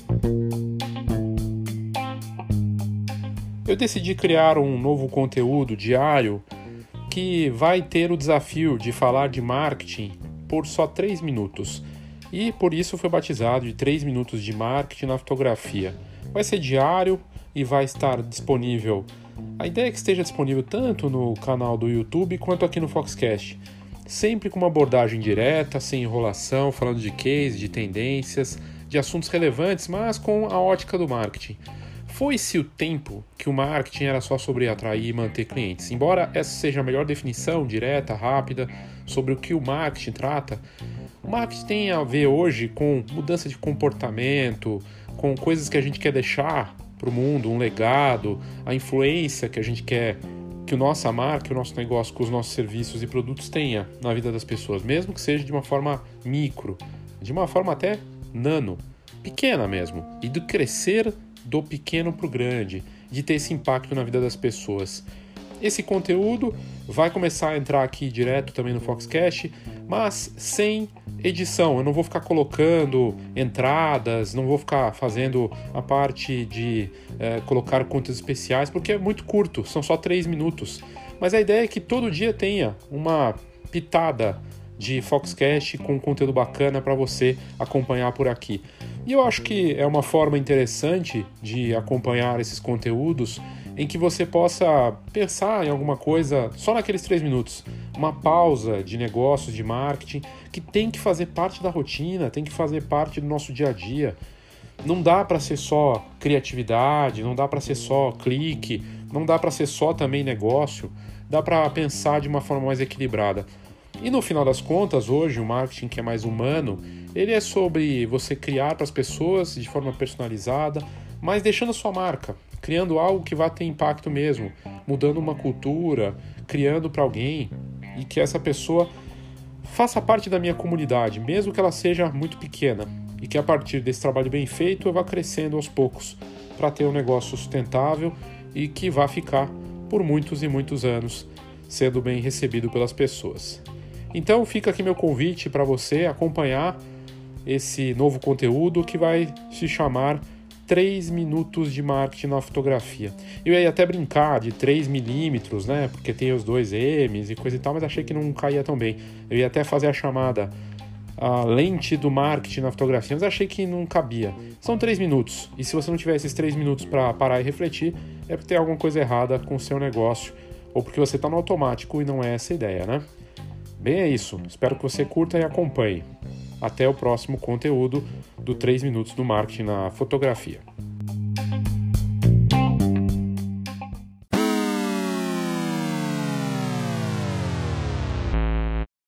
Eu decidi criar um novo conteúdo diário que vai ter o desafio de falar de marketing por só 3 minutos. E por isso foi batizado de 3 minutos de marketing na fotografia. Vai ser diário e vai estar disponível. A ideia é que esteja disponível tanto no canal do YouTube quanto aqui no Foxcast. Sempre com uma abordagem direta, sem enrolação, falando de case, de tendências, de assuntos relevantes, mas com a ótica do marketing. Foi-se o tempo que o marketing era só sobre atrair e manter clientes. Embora essa seja a melhor definição, direta, rápida, sobre o que o marketing trata, o marketing tem a ver hoje com mudança de comportamento, com coisas que a gente quer deixar para o mundo, um legado, a influência que a gente quer que a nossa marca, o nosso negócio, com os nossos serviços e produtos tenha na vida das pessoas, mesmo que seja de uma forma micro, de uma forma até nano, pequena mesmo, e do crescer do pequeno para o grande, de ter esse impacto na vida das pessoas. Esse conteúdo vai começar a entrar aqui direto também no Foxcast, mas sem edição. Eu não vou ficar colocando entradas, não vou ficar fazendo a parte de colocar conteúdos especiais, porque é muito curto, são só 3 minutos. Mas a ideia é que todo dia tenha uma pitada de Foxcast com conteúdo bacana para você acompanhar por aqui. E eu acho que é uma forma interessante de acompanhar esses conteúdos em que você possa pensar em alguma coisa só naqueles 3 minutos. Uma pausa de negócios, de marketing, que tem que fazer parte da rotina, tem que fazer parte do nosso dia a dia. Não dá para ser só criatividade, não dá para ser só clique, não dá para ser só também negócio. Dá para pensar de uma forma mais equilibrada. E no final das contas, hoje, o marketing que é mais humano, ele é sobre você criar para as pessoas de forma personalizada, mas deixando a sua marca, criando algo que vá ter impacto mesmo, mudando uma cultura, criando para alguém e que essa pessoa faça parte da minha comunidade, mesmo que ela seja muito pequena, e que a partir desse trabalho bem feito eu vá crescendo aos poucos para ter um negócio sustentável e que vá ficar por muitos e muitos anos sendo bem recebido pelas pessoas. Então fica aqui meu convite para você acompanhar esse novo conteúdo que vai se chamar 3 minutos de marketing na fotografia. Eu ia até brincar de 3 milímetros, né? Porque tem os 2 M's e coisa e tal, mas achei que não caía tão bem. Eu ia até fazer a chamada a lente do marketing na fotografia, mas achei que não cabia. São 3 minutos. E se você não tiver esses 3 minutos para parar e refletir, é porque tem alguma coisa errada com o seu negócio ou porque você está no automático e não é essa a ideia, né? Bem, é isso. Espero que você curta e acompanhe. Até o próximo conteúdo do 3 minutos do marketing na fotografia.